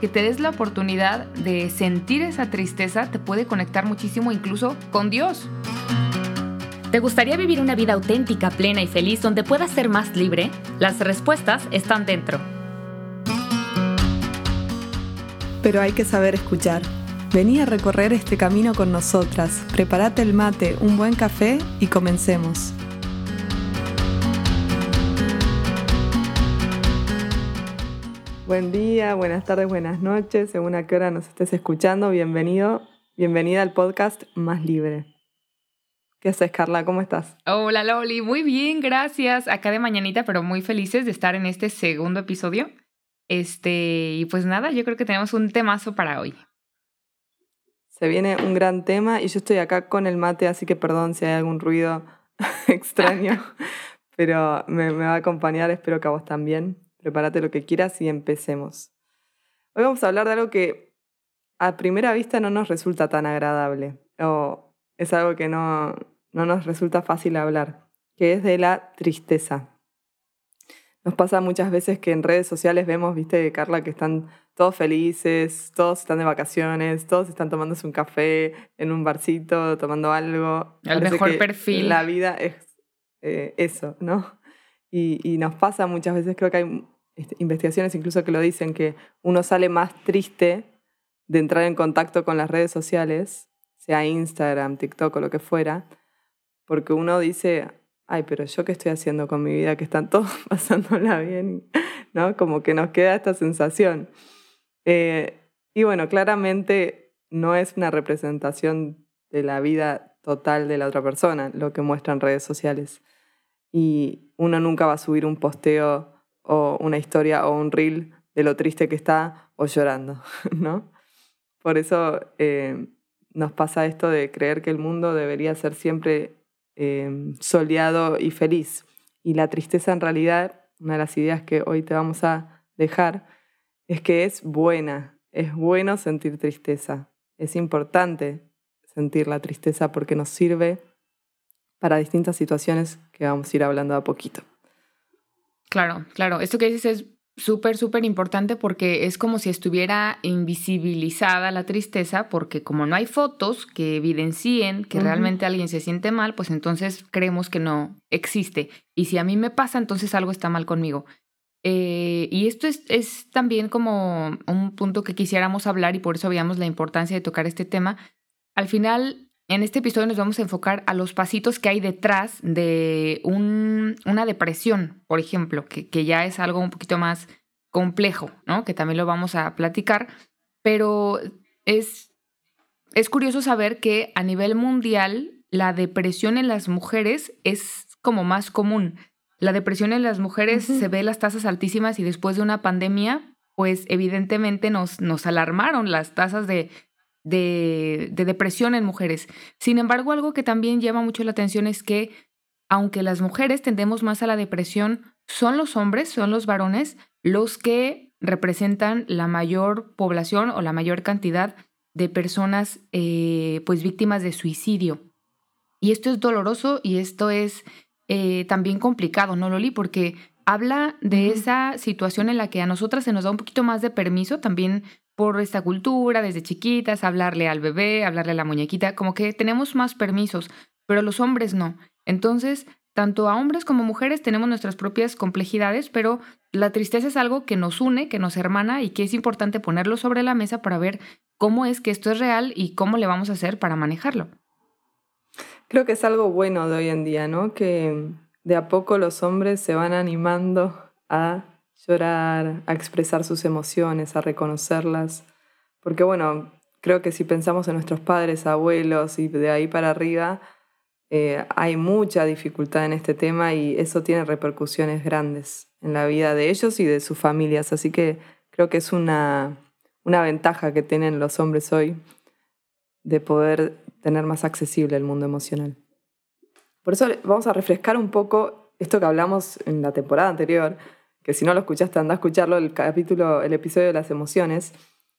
que te des la oportunidad de sentir esa tristeza te puede conectar muchísimo incluso con Dios. ¿Te gustaría vivir una vida auténtica, plena y feliz donde puedas ser más libre? Las respuestas están dentro. Pero hay que saber escuchar. Vení a recorrer este camino con nosotras. Prepárate el mate, un buen café y comencemos. Buen día, buenas tardes, buenas noches, según a qué hora nos estés escuchando. Bienvenida al podcast Más Libre. ¿Qué haces, Carla? ¿Cómo estás? Hola, Loli. Muy bien, gracias. Acá de mañanita, pero muy felices de estar en este segundo episodio. Y pues nada, yo creo que tenemos un temazo para hoy. Se viene un gran tema y yo estoy acá con el mate, así que perdón si hay algún ruido extraño, pero me va a acompañar, espero que a vos también. Prepárate lo que quieras y empecemos. Hoy vamos a hablar de algo que a primera vista no nos resulta tan agradable, o es algo que no nos resulta fácil hablar, que es de la tristeza. Nos pasa muchas veces que en redes sociales vemos, viste, Carla, que están todos felices, todos están de vacaciones, todos están tomándose un café en un barcito, tomando algo. El Parece mejor que perfil. La vida es eso, ¿no? Y nos pasa muchas veces, creo que hay investigaciones incluso que lo dicen, que uno sale más triste de entrar en contacto con las redes sociales, sea Instagram, TikTok o lo que fuera, porque uno dice, ay, pero ¿yo qué estoy haciendo con mi vida? Que están todos pasándola bien, ¿no? Como que nos queda esta sensación. Y bueno, claramente no es una representación de la vida total de la otra persona lo que muestran redes sociales. Y uno nunca va a subir un posteo o una historia o un reel de lo triste que está o llorando, ¿no? Por eso nos pasa esto de creer que el mundo debería ser siempre soleado y feliz. Y la tristeza, en realidad, una de las ideas que hoy te vamos a dejar, es que es buena. Es bueno sentir tristeza. Es importante sentir la tristeza porque nos sirve para distintas situaciones que vamos a ir hablando a poquito. Claro. Esto que dices es súper importante porque es como si estuviera invisibilizada la tristeza, porque como no hay fotos que evidencien que realmente alguien se siente mal, pues entonces creemos que no existe. Y si a mí me pasa, entonces algo está mal conmigo. Y esto es también como un punto que quisiéramos hablar y por eso veíamos la importancia de tocar este tema. Al final, en este episodio nos vamos a enfocar a los pasitos que hay detrás de una depresión, por ejemplo, que ya es algo un poquito más complejo, ¿no? Que también lo vamos a platicar, pero es curioso saber que a nivel mundial la depresión en las mujeres es como más común. La depresión en las mujeres se ve las tasas altísimas y después de una pandemia, pues evidentemente nos alarmaron las tasas de depresión en mujeres. Sin embargo, algo que también llama mucho la atención es que aunque las mujeres tendemos más a la depresión, son los hombres, son los varones, los que representan la mayor población o la mayor cantidad de personas pues víctimas de suicidio. Y esto es doloroso y esto es también complicado, ¿no, Loli? Porque habla de esa situación en la que a nosotras se nos da un poquito más de permiso también por esta cultura, desde chiquitas, hablarle al bebé, hablarle a la muñequita, como que tenemos más permisos, pero los hombres no. Entonces, tanto a hombres como mujeres tenemos nuestras propias complejidades, pero la tristeza es algo que nos une, que nos hermana y que es importante ponerlo sobre la mesa para ver cómo es que esto es real y cómo le vamos a hacer para manejarlo. Creo que es algo bueno de hoy en día, ¿no? Que de a poco los hombres se van animando a llorar, a expresar sus emociones, a reconocerlas. Porque bueno, creo que si pensamos en nuestros padres, abuelos y de ahí para arriba, hay mucha dificultad en este tema y eso tiene repercusiones grandes en la vida de ellos y de sus familias. Así que creo que es una ventaja que tienen los hombres hoy de poder tener más accesible el mundo emocional. Por eso vamos a refrescar un poco esto que hablamos en la temporada anterior, que si no lo escuchaste, anda a escucharlo, el episodio de las emociones.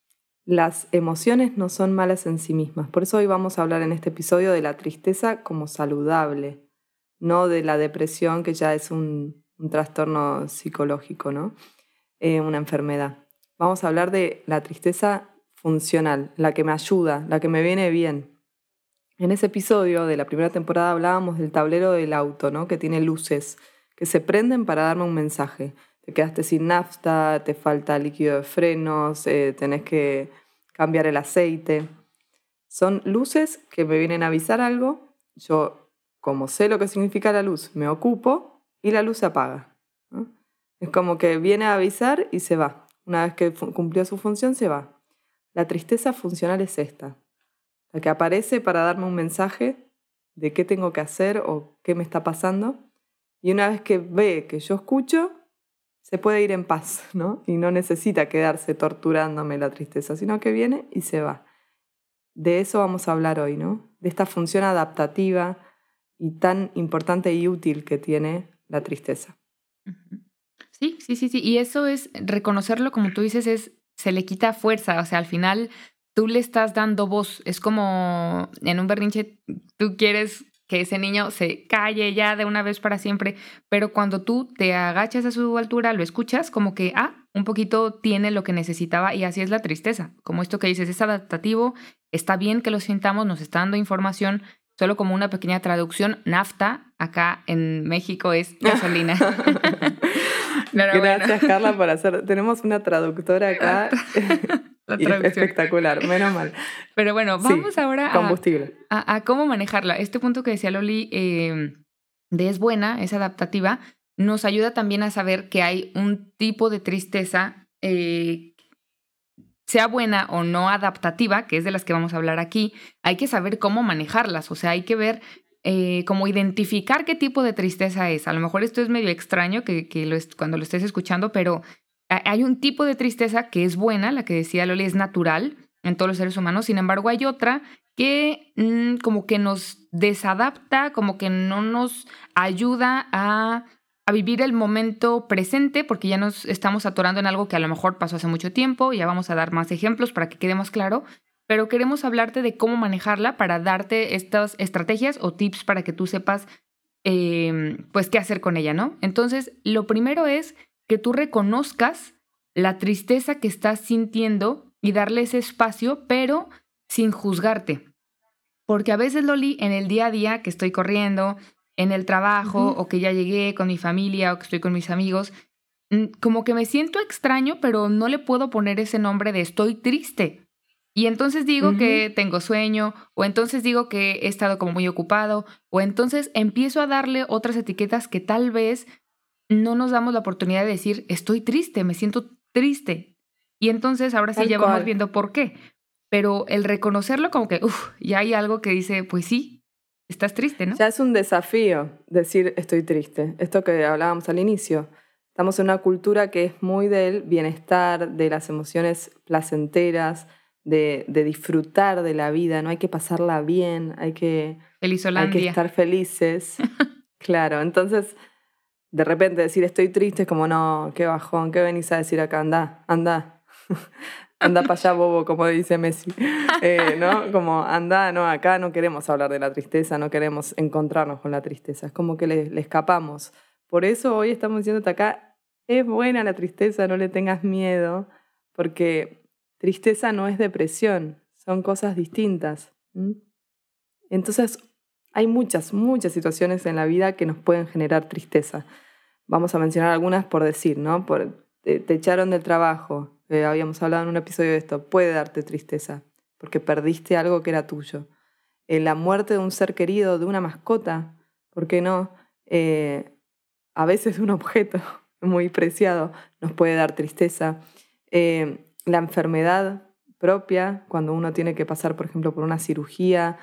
Las emociones no son malas en sí mismas. Por eso hoy vamos a hablar en este episodio de la tristeza como saludable, no de la depresión, que ya es un trastorno psicológico, ¿no? Una enfermedad. vamos a hablar de la tristeza funcional, la que me ayuda, la que me viene bien. En ese episodio de la primera temporada hablábamos del tablero del auto, ¿no? Que tiene luces que se prenden para darme un mensaje. Te quedaste sin nafta, te falta líquido de frenos, tenés que cambiar el aceite. Son luces que me vienen a avisar algo. Yo, como sé lo que significa la luz, me ocupo y la luz se apaga, ¿no? Es como que viene a avisar y se va. Una vez que cumplió su función, se va. La tristeza funcional es esta. La que aparece para darme un mensaje de qué tengo que hacer o qué me está pasando. Y una vez que ve que yo escucho, se puede ir en paz, ¿no? Y no necesita quedarse torturándome la tristeza, sino que viene y se va. De eso vamos a hablar hoy, ¿no? De esta función adaptativa y tan importante y útil que tiene la tristeza. Sí. Y eso es reconocerlo, como tú dices, se le quita fuerza. O sea, al final tú le estás dando voz. Es como en un berrinche, tú quieres que ese niño se calle ya de una vez para siempre, pero cuando tú te agachas a su altura, lo escuchas como que, un poquito tiene lo que necesitaba, y así es la tristeza. Como esto que dices, es adaptativo, está bien que lo sintamos, nos está dando información. Solo como una pequeña traducción, nafta acá en México es gasolina. Pero gracias, bueno. Carla, por hacer. Tenemos una traductora acá. Espectacular, menos mal. Pero bueno, vamos ahora combustible. A cómo manejarla. Este punto que decía Loli, de es buena, es adaptativa, nos ayuda también a saber que hay un tipo de tristeza, sea buena o no adaptativa, que es de las que vamos a hablar aquí. Hay que saber cómo manejarlas. O sea, hay que ver cómo identificar qué tipo de tristeza es. A lo mejor esto es medio extraño cuando lo estés escuchando, pero hay un tipo de tristeza que es buena, la que decía Loli, es natural en todos los seres humanos. Sin embargo, hay otra que como que nos desadapta, como que no nos ayuda a vivir el momento presente, porque ya nos estamos atorando en algo que a lo mejor pasó hace mucho tiempo. Ya vamos a dar más ejemplos para que quede más claro, pero queremos hablarte de cómo manejarla para darte estas estrategias o tips para que tú sepas pues qué hacer con ella, ¿no? Entonces, lo primero es que tú reconozcas la tristeza que estás sintiendo y darle ese espacio, pero sin juzgarte. Porque a veces, Loli, en el día a día que estoy corriendo, en el trabajo, o que ya llegué con mi familia, o que estoy con mis amigos, como que me siento extraño, pero no le puedo poner ese nombre de estoy triste. Y entonces digo que tengo sueño, o entonces digo que he estado como muy ocupado, o entonces empiezo a darle otras etiquetas que tal vez no nos damos la oportunidad de decir estoy triste, me siento triste. Y entonces ahora sí ya vamos viendo por qué. Pero el reconocerlo como que, ya hay algo que dice, pues sí, estás triste, ¿no? Ya es un desafío decir estoy triste. Esto que hablábamos al inicio. Estamos en una cultura que es muy del bienestar, de las emociones placenteras, de disfrutar de la vida, no hay que pasarla bien, hay que estar felices. Claro, entonces de repente decir estoy triste es como no, qué bajón, ¿qué venís a decir acá? Anda anda para allá, bobo, como dice Messi, ¿no? Como anda, no, acá no queremos hablar de la tristeza, no queremos encontrarnos con la tristeza, es como que le escapamos. Por eso hoy estamos diciéndote acá, es buena la tristeza, no le tengas miedo, porque tristeza no es depresión, son cosas distintas. Entonces, hay muchas situaciones en la vida que nos pueden generar tristeza. Vamos a mencionar algunas por decir, ¿no? Te echaron del trabajo, habíamos hablado en un episodio de esto, puede darte tristeza, porque perdiste algo que era tuyo. La muerte de un ser querido, de una mascota, ¿por qué no? A veces un objeto muy preciado nos puede dar tristeza. La enfermedad propia, cuando uno tiene que pasar, por ejemplo, por una cirugía,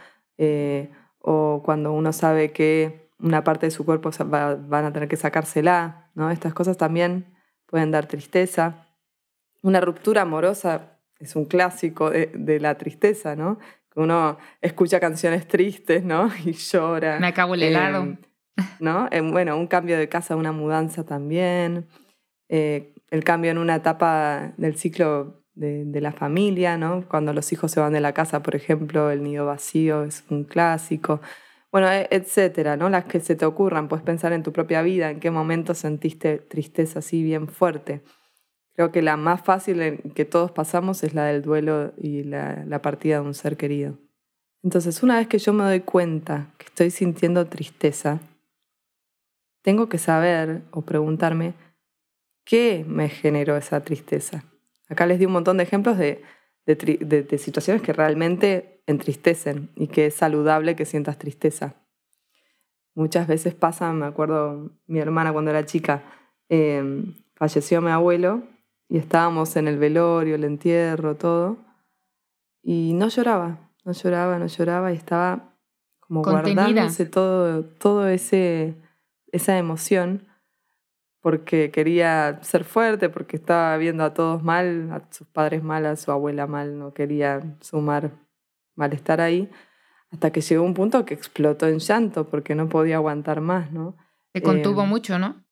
o cuando uno sabe que una parte de su cuerpo van a tener que sacársela, ¿no? Estas cosas también pueden dar tristeza. Una ruptura amorosa es un clásico de la tristeza, ¿no? Uno escucha canciones tristes, ¿no? Y llora. Me acabo el helado. ¿No? Bueno, un cambio de casa, una mudanza también. El cambio en una etapa del ciclo de la familia, ¿no? Cuando los hijos se van de la casa, por ejemplo, el nido vacío es un clásico. Bueno, etcétera, ¿no? Las que se te ocurran. Puedes pensar en tu propia vida, en qué momento sentiste tristeza así bien fuerte. creo que la más fácil que todos pasamos es la del duelo y la partida de un ser querido. Entonces, una vez que yo me doy cuenta que estoy sintiendo tristeza, tengo que saber o preguntarme qué me generó esa tristeza. Acá les di un montón de ejemplos de situaciones que realmente entristecen y que es saludable que sientas tristeza. Muchas veces pasa, me acuerdo, mi hermana cuando era chica, falleció mi abuelo y estábamos en el velorio, el entierro, todo, y no lloraba y estaba como contenida, guardándose todo esa emoción porque quería ser fuerte, porque estaba viendo a todos mal, a sus padres mal, a su abuela mal, no quería sumar malestar ahí, hasta que llegó un punto que explotó en llanto porque no podía aguantar más, ¿no? Se contuvo mucho, ¿no?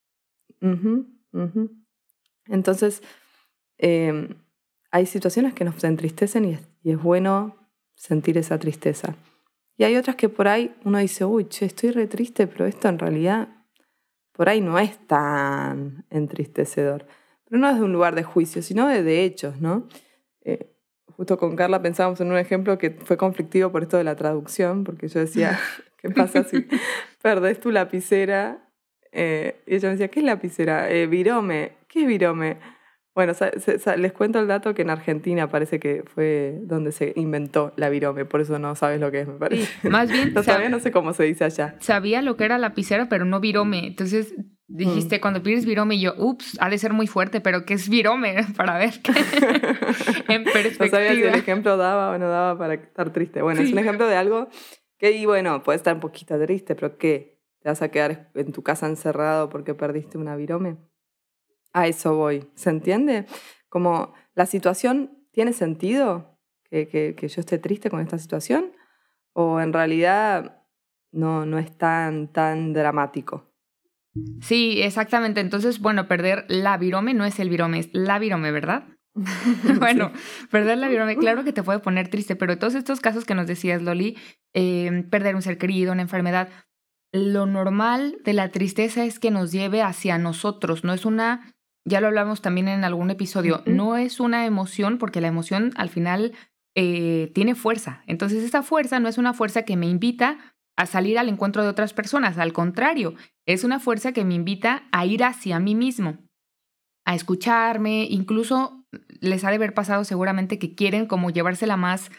Entonces, hay situaciones que nos entristecen y es bueno sentir esa tristeza. Y hay otras que por ahí uno dice, uy, che, estoy re triste, pero esto en realidad por ahí no es tan entristecedor. Pero no es de un lugar de juicio, sino de hechos, ¿no? Justo con Carla pensábamos en un ejemplo que fue conflictivo por esto de la traducción, porque yo decía, ¿qué pasa si perdés tu lapicera? Y ella me decía, ¿qué es lapicera? Virome. ¿Qué es virome? Bueno, les cuento el dato que en Argentina parece que fue donde se inventó la virome, por eso no sabes lo que es, me parece. Sí, más bien, todavía no sé cómo se dice allá. Sabía lo que era lapicera, pero no virome. Entonces dijiste, cuando pides virome, y yo, ups, ha de ser muy fuerte, pero ¿qué es virome? Para ver qué en perspectiva. No sabía si el ejemplo daba o no daba para estar triste. Bueno, sí. Es un ejemplo de algo que, y bueno, puedes estar un poquito triste, pero ¿qué? ¿Te vas a quedar en tu casa encerrado porque perdiste una virome? A eso voy, ¿se entiende? Como la situación tiene sentido, que yo esté triste con esta situación, o en realidad no es tan dramático. Sí, exactamente. Entonces, bueno, perder la virome no es el virome, es la virome, ¿verdad? Bueno, sí. Perder la virome, claro que te puede poner triste, pero todos estos casos que nos decías, Loli, perder un ser querido, una enfermedad, lo normal de la tristeza es que nos lleve hacia nosotros, no es una... Ya lo hablamos también en algún episodio, no es una emoción, porque la emoción al final tiene fuerza. Entonces esa fuerza no es una fuerza que me invita a salir al encuentro de otras personas, al contrario, es una fuerza que me invita a ir hacia mí mismo, a escucharme, incluso les ha de haber pasado seguramente que quieren como llevársela más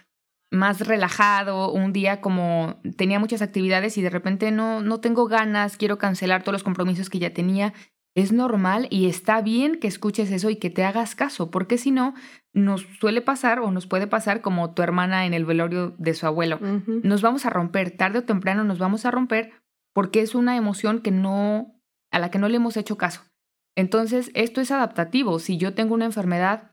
relajado, un día como tenía muchas actividades y de repente no tengo ganas, quiero cancelar todos los compromisos que ya tenía. Es normal y está bien que escuches eso y que te hagas caso, porque si no, nos suele pasar o nos puede pasar como tu hermana en el velorio de su abuelo. Nos vamos a romper, tarde o temprano nos vamos a romper porque es una emoción a la que no le hemos hecho caso. Entonces, esto es adaptativo. Si yo tengo una enfermedad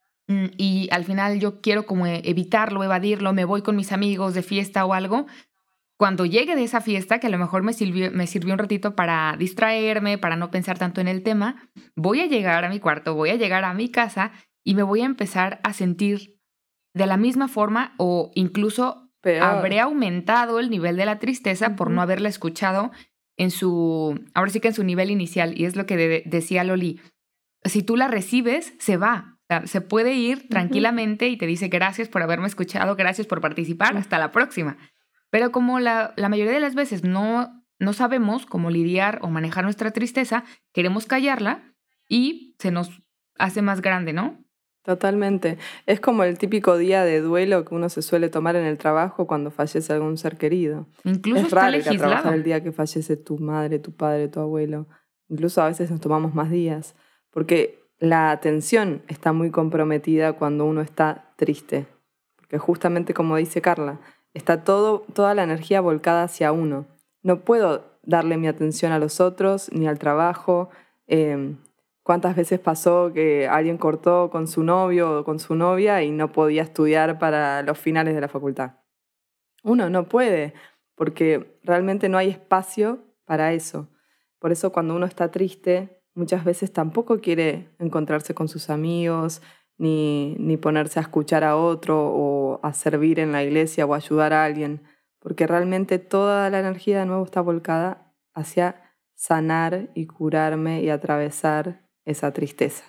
y al final yo quiero como evitarlo, evadirlo, me voy con mis amigos de fiesta o algo, cuando llegue de esa fiesta, que a lo mejor me sirvió un ratito para distraerme, para no pensar tanto en el tema, voy a llegar a mi cuarto, voy a llegar a mi casa y me voy a empezar a sentir de la misma forma o incluso habré aumentado el nivel de la tristeza por no haberla escuchado ahora sí que en su nivel inicial. Y es lo que decía Loli. Si tú la recibes, se va. O sea, se puede ir tranquilamente y te dice gracias por haberme escuchado, gracias por participar, hasta la próxima. Pero como la mayoría de las veces no sabemos cómo lidiar o manejar nuestra tristeza, queremos callarla y se nos hace más grande, ¿no? Totalmente. Es como el típico día de duelo que uno se suele tomar en el trabajo cuando fallece algún ser querido. Incluso es raro está ir a trabajar el día que fallece tu madre, tu padre, tu abuelo. Incluso a veces nos tomamos más días, porque la atención está muy comprometida cuando uno está triste. Porque justamente como dice Carla, está toda la energía volcada hacia uno. No puedo darle mi atención a los otros ni al trabajo. ¿Cuántas veces pasó que alguien cortó con su novio o con su novia y no podía estudiar para los finales de la facultad? Uno no puede, porque realmente no hay espacio para eso. Por eso cuando uno está triste, muchas veces tampoco quiere encontrarse con sus amigos, ni ponerse a escuchar a otro o a servir en la iglesia o ayudar a alguien, porque realmente toda la energía de nuevo está volcada hacia sanar y curarme y atravesar esa tristeza.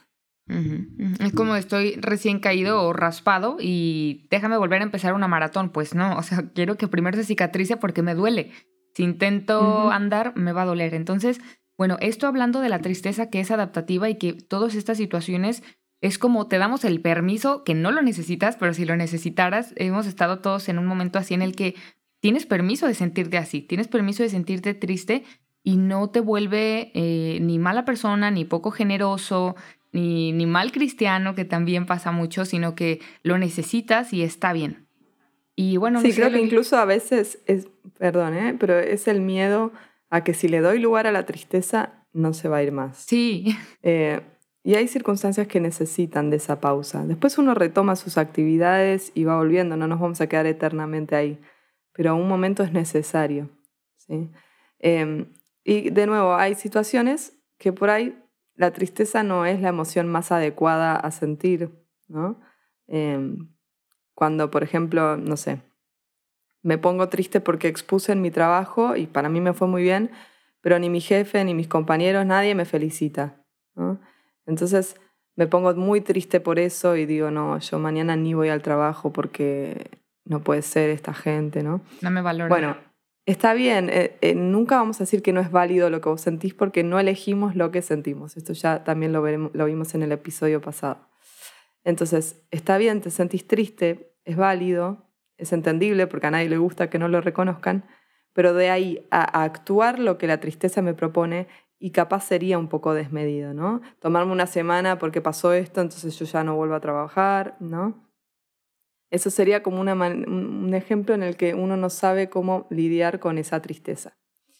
Es como estoy recién caído o raspado y déjame volver a empezar una maratón. Pues no, o sea, quiero que primero se cicatrice porque me duele. Si intento andar, me va a doler. Entonces, bueno, esto hablando de la tristeza que es adaptativa y que todas estas situaciones es como te damos el permiso, que no lo necesitas, pero si lo necesitaras, hemos estado todos en un momento así en el que tienes permiso de sentirte así, tienes permiso de sentirte triste y no te vuelve ni mala persona, ni poco generoso, ni mal cristiano, que también pasa mucho, sino que lo necesitas y está bien. Y bueno, sí, no sé, creo que incluso a veces es, perdón, pero es el miedo a que si le doy lugar a la tristeza, no se va a ir más. Sí. Y hay circunstancias que necesitan de esa pausa. Después uno retoma sus actividades y va volviendo, no nos vamos a quedar eternamente ahí. Pero a un momento es necesario, ¿sí? Y de nuevo, hay situaciones que por ahí la tristeza no es la emoción más adecuada a sentir, ¿no? Cuando, por ejemplo, no sé, me pongo triste porque expuse en mi trabajo y para mí me fue muy bien, pero ni mi jefe, ni mis compañeros, nadie me felicita, ¿no? Entonces me pongo muy triste por eso y digo, no, yo mañana ni voy al trabajo porque no puede ser esta gente, ¿no? No me valora. Bueno, está bien, nunca vamos a decir que no es válido lo que vos sentís porque no elegimos lo que sentimos. Esto ya también lo vimos en el episodio pasado. Entonces, está bien, te sentís triste, es válido, es entendible porque a nadie le gusta que no lo reconozcan, pero de ahí a actuar lo que la tristeza me propone y capaz sería un poco desmedido, ¿no? Tomarme una semana porque pasó esto, entonces yo ya no vuelvo a trabajar, ¿no? Eso sería como un ejemplo en el que uno no sabe cómo lidiar con esa tristeza.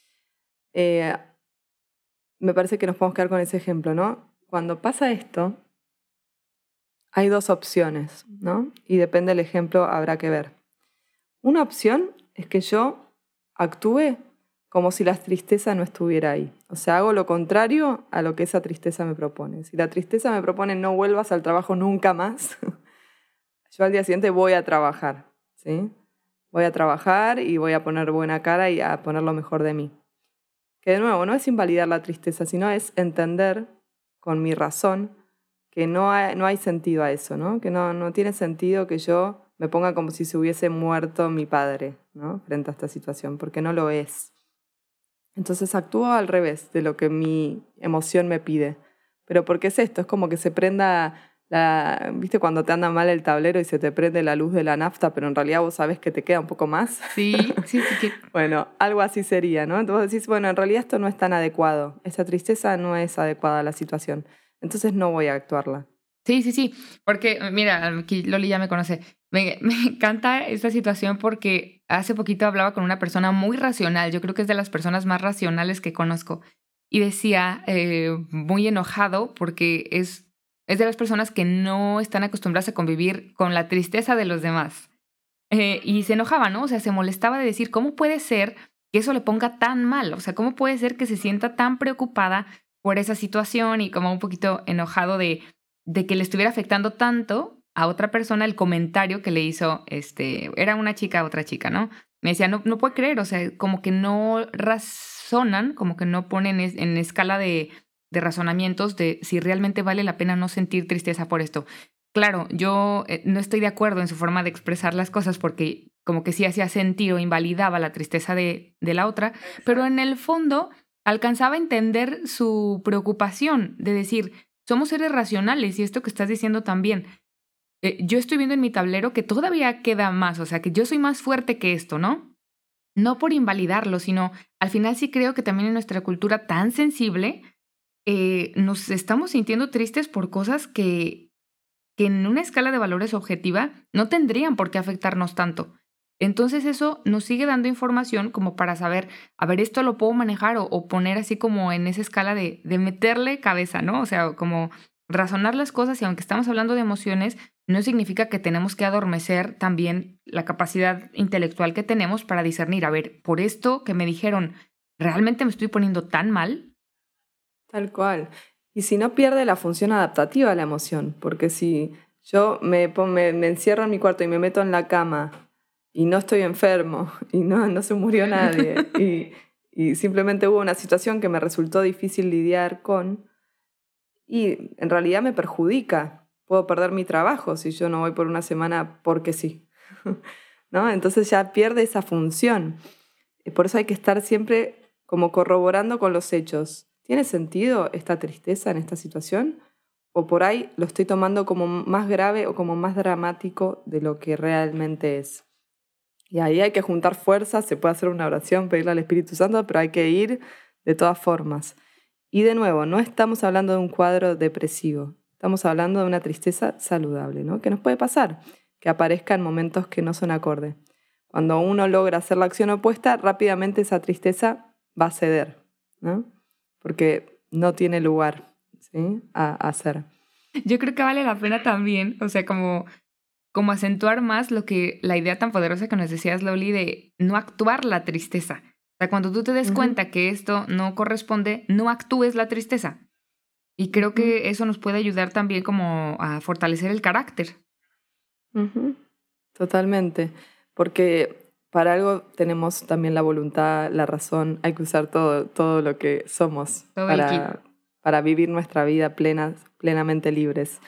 Me parece que nos podemos quedar con ese ejemplo, ¿no? Cuando pasa esto, hay dos opciones, ¿no? Y depende del ejemplo, habrá que ver. Una opción es que yo actúe como si la tristeza no estuviera ahí. O sea, hago lo contrario a lo que esa tristeza me propone. Si la tristeza me propone no vuelvas al trabajo nunca más, yo al día siguiente voy a trabajar, ¿sí? Voy a trabajar y voy a poner buena cara y a poner lo mejor de mí. Que de nuevo, no es invalidar la tristeza, sino es entender con mi razón que no hay sentido a eso, ¿no? Que no tiene sentido que yo me ponga como si se hubiese muerto mi padre, ¿no? Frente a esta situación, porque no lo es. Entonces actúo al revés de lo que mi emoción me pide. Pero ¿por qué es esto? Es como que se prenda ¿viste cuando te anda mal el tablero y se te prende la luz de la nafta, pero en realidad vos sabés que te queda un poco más? Sí. Bueno, algo así sería, ¿no? Entonces decís, bueno, en realidad esto no es tan adecuado. Esta tristeza no es adecuada a la situación. Entonces no voy a actuarla. Sí. Porque, mira, aquí Loli ya me conoce. Me encanta esta situación porque hace poquito hablaba con una persona muy racional. Yo creo que es de las personas más racionales que conozco. Y decía, muy enojado porque es de las personas que no están acostumbradas a convivir con la tristeza de los demás. Y se enojaba, ¿no? O sea, se molestaba de decir, ¿cómo puede ser que eso le ponga tan mal? O sea, ¿cómo puede ser que se sienta tan preocupada por esa situación y como un poquito enojado de que le estuviera afectando tanto a otra persona el comentario que le hizo, era una chica, otra chica, ¿no? Me decía, no puede creer, o sea, como que no razonan, como que no ponen en escala de razonamientos de si realmente vale la pena no sentir tristeza por esto. Claro, yo no estoy de acuerdo en su forma de expresar las cosas porque como que sí hacía sentir o invalidaba la tristeza de la otra, pero en el fondo alcanzaba a entender su preocupación de decir, somos seres racionales y esto que estás diciendo también. Yo estoy viendo en mi tablero que todavía queda más, o sea, que yo soy más fuerte que esto, ¿no? No por invalidarlo, sino al final sí creo que también en nuestra cultura tan sensible nos estamos sintiendo tristes por cosas que en una escala de valores objetiva no tendrían por qué afectarnos tanto. Entonces eso nos sigue dando información como para saber, a ver, esto lo puedo manejar o poner así como en esa escala de meterle cabeza, ¿no? O sea, como razonar las cosas y aunque estamos hablando de emociones, no significa que tenemos que adormecer también la capacidad intelectual que tenemos para discernir, a ver, por esto que me dijeron, ¿realmente me estoy poniendo tan mal? Tal cual. Y si no pierde la función adaptativa la emoción, porque si yo me encierro en mi cuarto y me meto en la cama y no estoy enfermo y no se murió nadie y simplemente hubo una situación que me resultó difícil lidiar con y en realidad me perjudica. Puedo perder mi trabajo si yo no voy por una semana porque sí, ¿no? Entonces ya pierde esa función. Por eso hay que estar siempre como corroborando con los hechos. ¿Tiene sentido esta tristeza en esta situación? ¿O por ahí lo estoy tomando como más grave o como más dramático de lo que realmente es? Y ahí hay que juntar fuerzas, se puede hacer una oración, pedirle al Espíritu Santo, pero hay que ir de todas formas. Y de nuevo, no estamos hablando de un cuadro depresivo, estamos hablando de una tristeza saludable, ¿no? Que nos puede pasar, que aparezca en momentos que no son acordes. Cuando uno logra hacer la acción opuesta, rápidamente esa tristeza va a ceder, ¿no? Porque no tiene lugar, ¿sí? a hacer. Yo creo que vale la pena también, o sea, como acentuar más la idea tan poderosa que nos decías, Loli, de no actuar la tristeza. O sea, cuando tú te des cuenta que esto no corresponde, no actúes la tristeza. Y creo que eso nos puede ayudar también como a fortalecer el carácter. Totalmente, porque para algo tenemos también la voluntad, la razón, hay que usar todo lo que somos para vivir nuestra vida plenamente libres.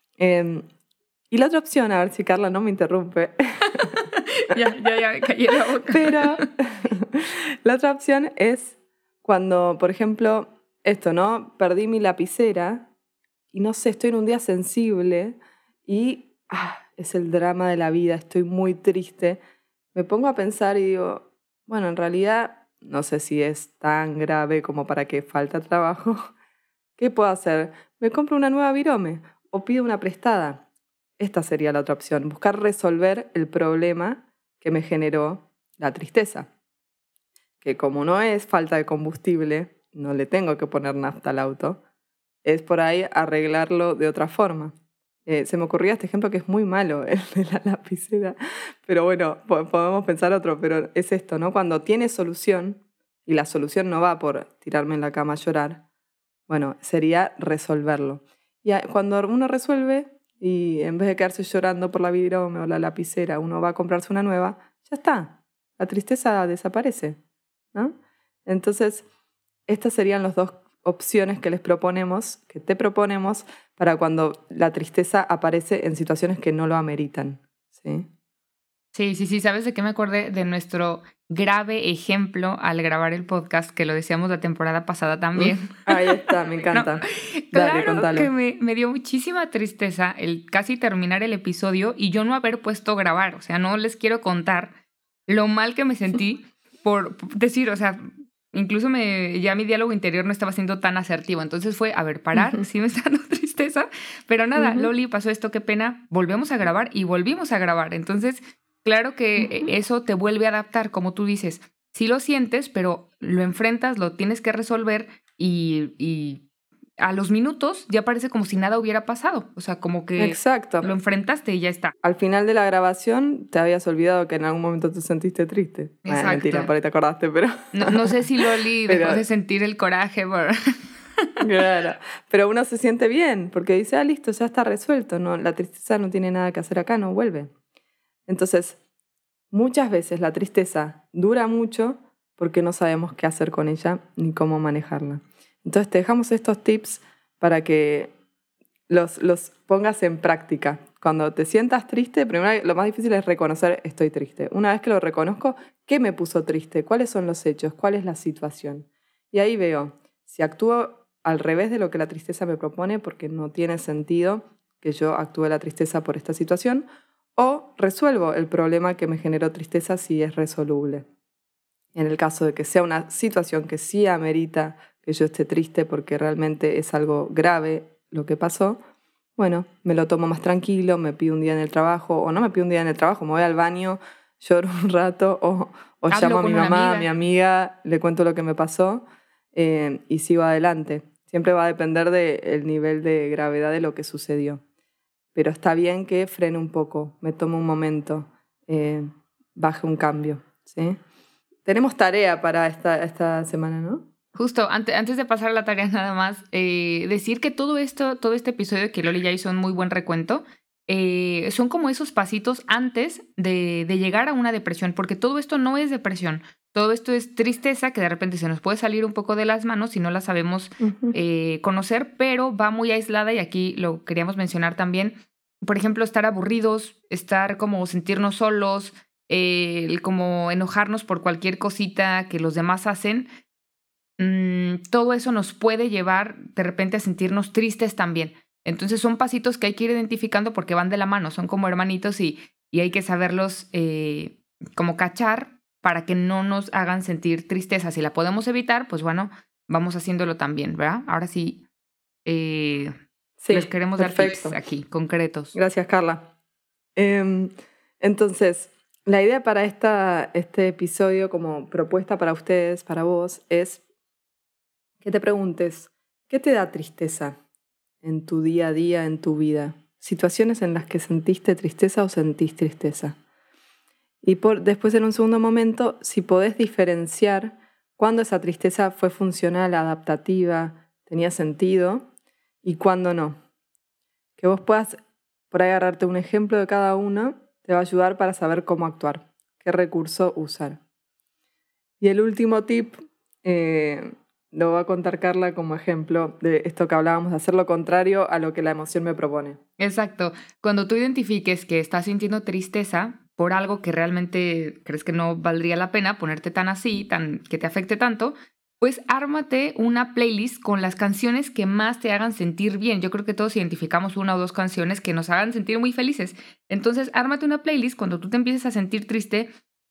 Y la otra opción, a ver si Carla no me interrumpe. ya me callé la boca. Pero la otra opción es cuando, por ejemplo, esto, ¿no? Perdí mi lapicera y no sé, estoy en un día sensible y es el drama de la vida, estoy muy triste. Me pongo a pensar y digo, bueno, en realidad no sé si es tan grave como para que falta trabajo. ¿Qué puedo hacer? ¿Me compro una nueva virome o pido una prestada? Esta sería la otra opción, buscar resolver el problema que me generó la tristeza. Que como no es falta de combustible, no le tengo que poner nafta al auto, es por ahí arreglarlo de otra forma. Se me ocurría este ejemplo que es muy malo, el de la lapicera, pero bueno, podemos pensar otro, pero es esto, ¿no? Cuando tiene solución, y la solución no va por tirarme en la cama a llorar, bueno, sería resolverlo. Y cuando uno resuelve, y en vez de quedarse llorando por la virome o la lapicera, uno va a comprarse una nueva, ya está, la tristeza desaparece, ¿no? Entonces, estas serían las dos opciones que te proponemos para cuando la tristeza aparece en situaciones que no lo ameritan, ¿sí? Sí. ¿Sabes de qué me acordé? De nuestro grave ejemplo al grabar el podcast, que lo decíamos la temporada pasada también. Ahí está, me encanta. No, Dale, claro contalo. que me dio muchísima tristeza el casi terminar el episodio y yo no haber puesto grabar. O sea, no les quiero contar lo mal que me sentí por decir, o sea, incluso ya mi diálogo interior no estaba siendo tan asertivo. Entonces fue, a ver, parar, sí me está dando tristeza, pero nada, Loli, pasó esto, qué pena, volvemos a grabar y volvimos a grabar. Entonces, claro que eso te vuelve a adaptar, como tú dices. Sí lo sientes, pero lo enfrentas, lo tienes que resolver y a los minutos ya parece como si nada hubiera pasado. O sea, como que Exacto. Lo enfrentaste y ya está. Al final de la grabación te habías olvidado que en algún momento te sentiste triste. Exacto. Mentira, por ahí te acordaste, pero... No sé si Loli dejó de sentir el coraje. Claro, pero uno se siente bien porque dice, listo, ya está resuelto. No, la tristeza no tiene nada que hacer acá, no vuelve. Entonces, muchas veces la tristeza dura mucho porque no sabemos qué hacer con ella ni cómo manejarla. Entonces te dejamos estos tips para que los pongas en práctica. Cuando te sientas triste, primero lo más difícil es reconocer estoy triste. Una vez que lo reconozco, ¿qué me puso triste? ¿Cuáles son los hechos? ¿Cuál es la situación? Y ahí veo, si actúo al revés de lo que la tristeza me propone, porque no tiene sentido que yo actúe la tristeza por esta situación, o resuelvo el problema que me generó tristeza si es resoluble. En el caso de que sea una situación que sí amerita que yo esté triste porque realmente es algo grave lo que pasó, bueno, me lo tomo más tranquilo, me pido un día en el trabajo, o no me pido un día en el trabajo, me voy al baño, lloro un rato, o llamo a mi mamá, a mi amiga, le cuento lo que me pasó y sigo adelante. Siempre va a depender del nivel de gravedad de lo que sucedió. Pero está bien que frene un poco, me tome un momento, baje un cambio, ¿sí? Tenemos tarea para esta semana, ¿no? Justo, antes de pasar a la tarea nada más, decir que todo este episodio que Loli ya hizo un muy buen recuento, son como esos pasitos antes de llegar a una depresión, porque todo esto no es depresión, todo esto es tristeza que de repente se nos puede salir un poco de las manos si no la sabemos conocer, pero va muy aislada y aquí lo queríamos mencionar también. Por ejemplo, estar aburridos, estar como sentirnos solos, como enojarnos por cualquier cosita que los demás hacen. Todo eso nos puede llevar de repente a sentirnos tristes también. Entonces son pasitos que hay que ir identificando porque van de la mano, son como hermanitos y hay que saberlos como cachar para que no nos hagan sentir tristeza. Si la podemos evitar, pues bueno, vamos haciéndolo también, ¿verdad? Ahora sí, les queremos perfecto. dar tips aquí, concretos. Gracias, Carla. Entonces, la idea para este episodio como propuesta para ustedes, para vos, es que te preguntes, ¿qué te da tristeza en tu día a día, en tu vida? Situaciones en las que sentiste tristeza o sentís tristeza. Y después, en un segundo momento, si podés diferenciar cuándo esa tristeza fue funcional, adaptativa, tenía sentido, y cuándo no. Que vos puedas por ahí agarrarte un ejemplo de cada uno, te va a ayudar para saber cómo actuar, qué recurso usar. Y el último tip lo va a contar Carla como ejemplo de esto que hablábamos, de hacer lo contrario a lo que la emoción me propone. Exacto. Cuando tú identifiques que estás sintiendo tristeza por algo que realmente crees que no valdría la pena ponerte tan así, que te afecte tanto, pues ármate una playlist con las canciones que más te hagan sentir bien. Yo creo que todos identificamos 1 o 2 canciones que nos hagan sentir muy felices. Entonces, ármate una playlist cuando tú te empieces a sentir triste,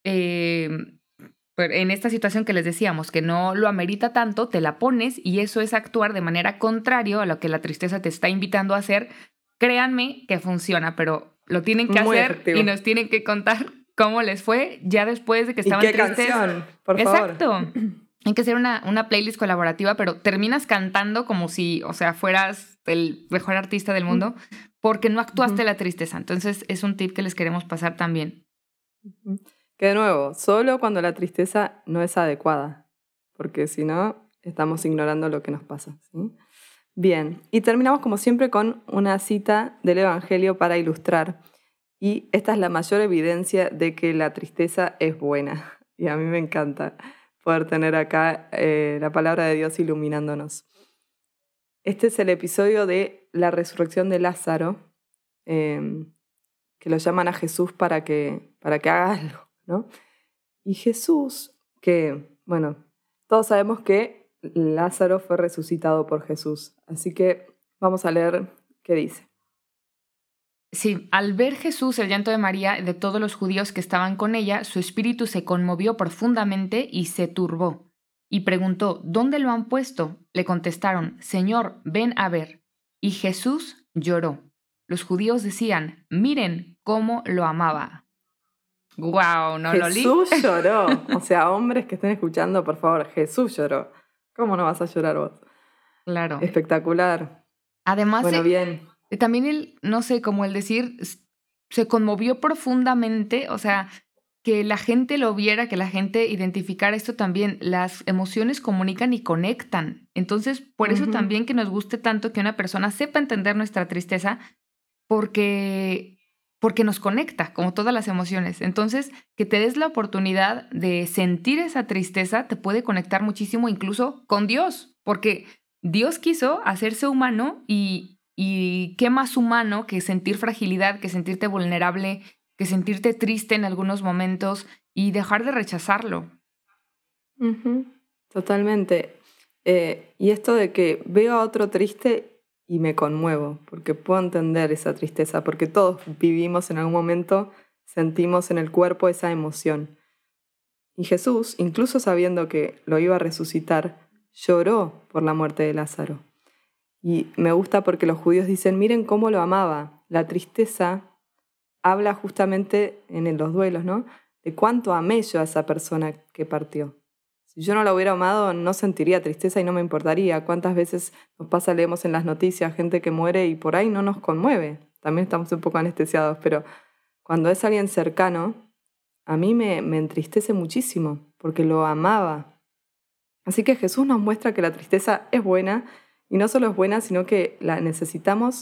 en esta situación que les decíamos, que no lo amerita tanto, te la pones y eso es actuar de manera contraria a lo que la tristeza te está invitando a hacer. Créanme que funciona, pero lo tienen que hacer efectivo. Y nos tienen que contar cómo les fue ya después de que estaban tristes. ¿Y qué canción? Por favor. Exacto. Hay que hacer una playlist colaborativa, pero terminas cantando como si, o sea, fueras el mejor artista del mundo, porque no actuaste la tristeza. Entonces, es un tip que les queremos pasar también. Que de nuevo, solo cuando la tristeza no es adecuada, porque si no, estamos ignorando lo que nos pasa, ¿sí? Bien, y terminamos como siempre con una cita del Evangelio para ilustrar. Y esta es la mayor evidencia de que la tristeza es buena. Y a mí me encanta poder tener acá la palabra de Dios iluminándonos. Este es el episodio de la resurrección de Lázaro, que lo llaman a Jesús para que haga algo, ¿no? Y Jesús, que, bueno, todos sabemos que Lázaro fue resucitado por Jesús. Así que vamos a leer qué dice. Sí, al ver Jesús el llanto de María y de todos los judíos que estaban con ella, su espíritu se conmovió profundamente y se turbó. Y preguntó, ¿dónde lo han puesto? Le contestaron, Señor, ven a ver. Y Jesús lloró. Los judíos decían, miren cómo lo amaba. ¡Guau! ¿No, Loli? Jesús lloró. O sea, hombres que estén escuchando, por favor, Jesús lloró. ¿Cómo no vas a llorar vos? Claro. Espectacular. Además, bueno, bien. También no sé, como el decir, se conmovió profundamente, o sea, que la gente lo viera, que la gente identificara esto también. Las emociones comunican y conectan. Entonces, por eso también que nos guste tanto que una persona sepa entender nuestra tristeza, porque nos conecta, como todas las emociones. Entonces, que te des la oportunidad de sentir esa tristeza te puede conectar muchísimo incluso con Dios, porque Dios quiso hacerse humano y qué más humano que sentir fragilidad, que sentirte vulnerable, que sentirte triste en algunos momentos y dejar de rechazarlo. Totalmente. Y esto de que veo a otro triste y me conmuevo, porque puedo entender esa tristeza, porque todos vivimos en algún momento, sentimos en el cuerpo esa emoción. Y Jesús, incluso sabiendo que lo iba a resucitar, lloró por la muerte de Lázaro. Y me gusta porque los judíos dicen, miren cómo lo amaba. La tristeza habla justamente en los duelos, ¿no? De cuánto amé yo a esa persona que partió. Si yo no la hubiera amado, no sentiría tristeza y no me importaría. ¿Cuántas veces nos pasa, leemos en las noticias, gente que muere y por ahí no nos conmueve? También estamos un poco anestesiados, pero cuando es alguien cercano, a mí me entristece muchísimo, porque lo amaba. Así que Jesús nos muestra que la tristeza es buena, y no solo es buena, sino que la necesitamos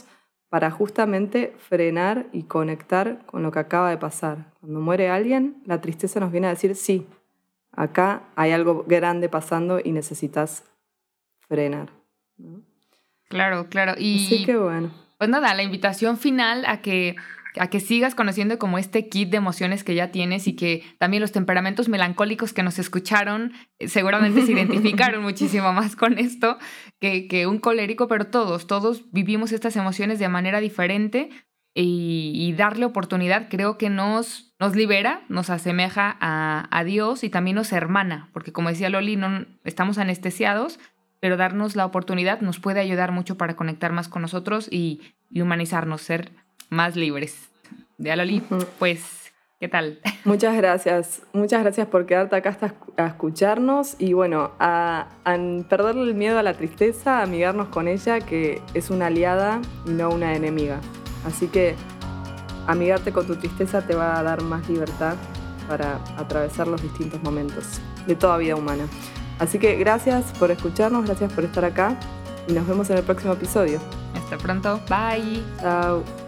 para justamente frenar y conectar con lo que acaba de pasar. Cuando muere alguien, la tristeza nos viene a decir, sí, acá hay algo grande pasando y necesitas frenar, ¿no? Claro. Así que bueno. Pues nada, la invitación final a que sigas conociendo como este kit de emociones que ya tienes y que también los temperamentos melancólicos que nos escucharon seguramente se identificaron muchísimo más con esto que un colérico, pero todos vivimos estas emociones de manera diferente y darle oportunidad creo que nos libera, nos asemeja a Dios y también nos hermana, porque como decía Loli, no estamos anestesiados, pero darnos la oportunidad nos puede ayudar mucho para conectar más con nosotros y humanizarnos, ser más libres. Ya, Loli, pues, ¿qué tal? Muchas gracias por quedarte acá a escucharnos y bueno, a perderle el miedo a la tristeza, a amigarnos con ella, que es una aliada y no una enemiga. Así que amigarte con tu tristeza te va a dar más libertad para atravesar los distintos momentos de toda vida humana. Así que gracias por escucharnos, gracias por estar acá y nos vemos en el próximo episodio. Hasta pronto. Bye. Chao.